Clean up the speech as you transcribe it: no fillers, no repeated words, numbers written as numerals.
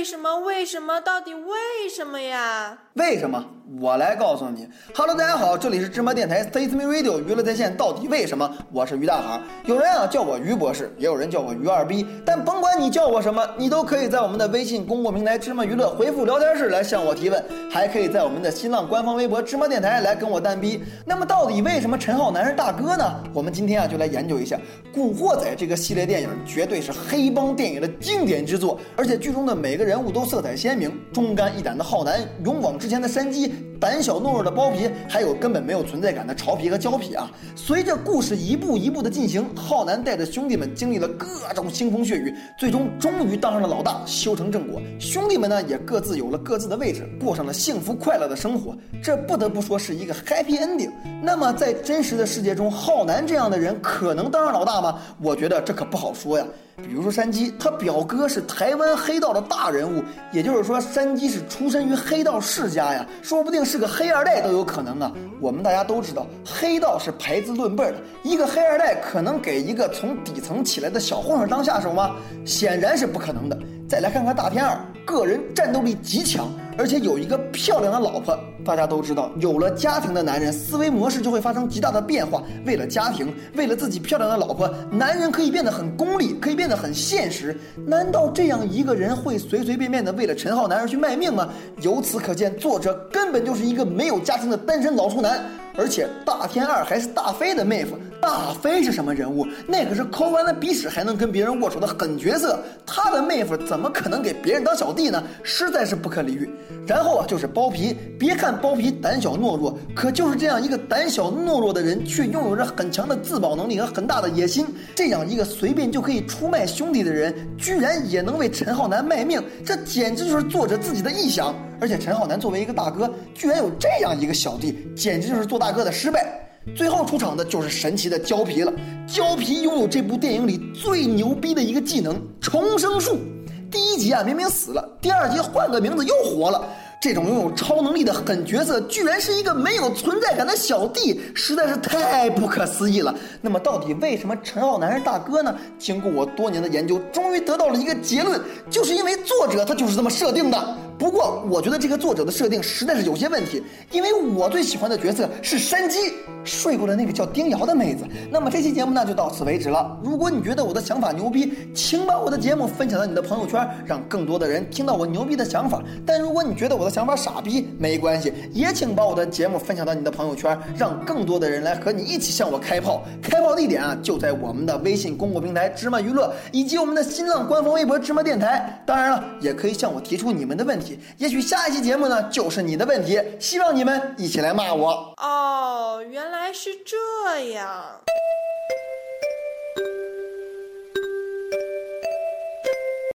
什么？为什么？到底为什么呀？ 为什么？我来告诉你。Hello， 大家好，这里是芝麻电台 Stay Me Radio 娱乐在线，到底为什么？我是于大海。有人叫我于博士，也有人叫我于二逼，但甭管你叫我什么，你都可以在我们的微信公共平台芝麻娱乐回复聊天室来向我提问，还可以在我们的新浪官方微博芝麻电台来跟我蛋逼。那么到底为什么陈浩南是大哥呢？我们今天就来研究一下。古惑仔这个系列电影绝对是黑帮电影的经典之作，而且剧中的每个人物都色彩鲜明，忠肝义胆的浩南，勇往直前的山鸡，胆小懦弱的包皮，还有根本没有存在感的潮皮和胶皮啊！随着故事一步一步的进行，浩南带着兄弟们经历了各种腥风血雨，最终终于当上了老大，修成正果。兄弟们呢也各自有了各自的位置，过上了幸福快乐的生活。这不得不说是一个 happy ending。那么在真实的世界中，浩南这样的人可能当上老大吗？我觉得这可不好说呀。比如说山鸡，他表哥是台湾黑道的大人物，也就是说山鸡是出身于黑道世家呀，说不定是个黑二代都有可能啊。我们大家都知道，黑道是排资论辈的，一个黑二代可能给一个从底层起来的小混混当下手吗？显然是不可能的。再来看看大天二，个人战斗力极强，而且有一个漂亮的老婆。大家都知道，有了家庭的男人思维模式就会发生极大的变化，为了家庭，为了自己漂亮的老婆，男人可以变得很功利，可以变得很现实。难道这样一个人会随随便便的为了陈浩南而去卖命吗？由此可见，作者根本就是一个没有家庭的单身老处男。而且大天二还是大飞的妹夫，大飞是什么人物？那可是抠完了鼻屎还能跟别人握手的狠角色，他的妹夫怎么可能给别人当小弟呢？实在是不可理喻。然后就是包皮，别看包皮胆小懦弱，可就是这样一个胆小懦弱的人，却拥有着很强的自保能力和很大的野心。这样一个随便就可以出卖兄弟的人，居然也能为陈浩南卖命，这简直就是作者自己的臆想。而且陈浩南作为一个大哥，居然有这样一个小弟，简直就是做大哥的失败。最后出场的就是神奇的胶皮了。胶皮拥有这部电影里最牛逼的一个技能——重生术。第一集明明死了，第二集换个名字又活了。这种拥有超能力的狠角色居然是一个没有存在感的小弟，实在是太不可思议了。那么到底为什么陈浩南是大哥呢？经过我多年的研究，终于得到了一个结论，就是因为作者他就是这么设定的。不过我觉得这个作者的设定实在是有些问题，因为我最喜欢的角色是山鸡，睡过的那个叫丁瑶的妹子。那么这期节目呢就到此为止了。如果你觉得我的想法牛逼，请把我的节目分享到你的朋友圈，让更多的人听到我牛逼的想法。但如果你觉得我的想法傻逼，没关系，也请把我的节目分享到你的朋友圈，让更多的人来和你一起向我开炮。开炮地点就在我们的微信公共平台芝麻娱乐，以及我们的新浪官方微博芝麻电台。当然了，也可以向我提出你们的问题，也许下一期节目呢就是你的问题，希望你们一起来骂我。 哦，原来是这样。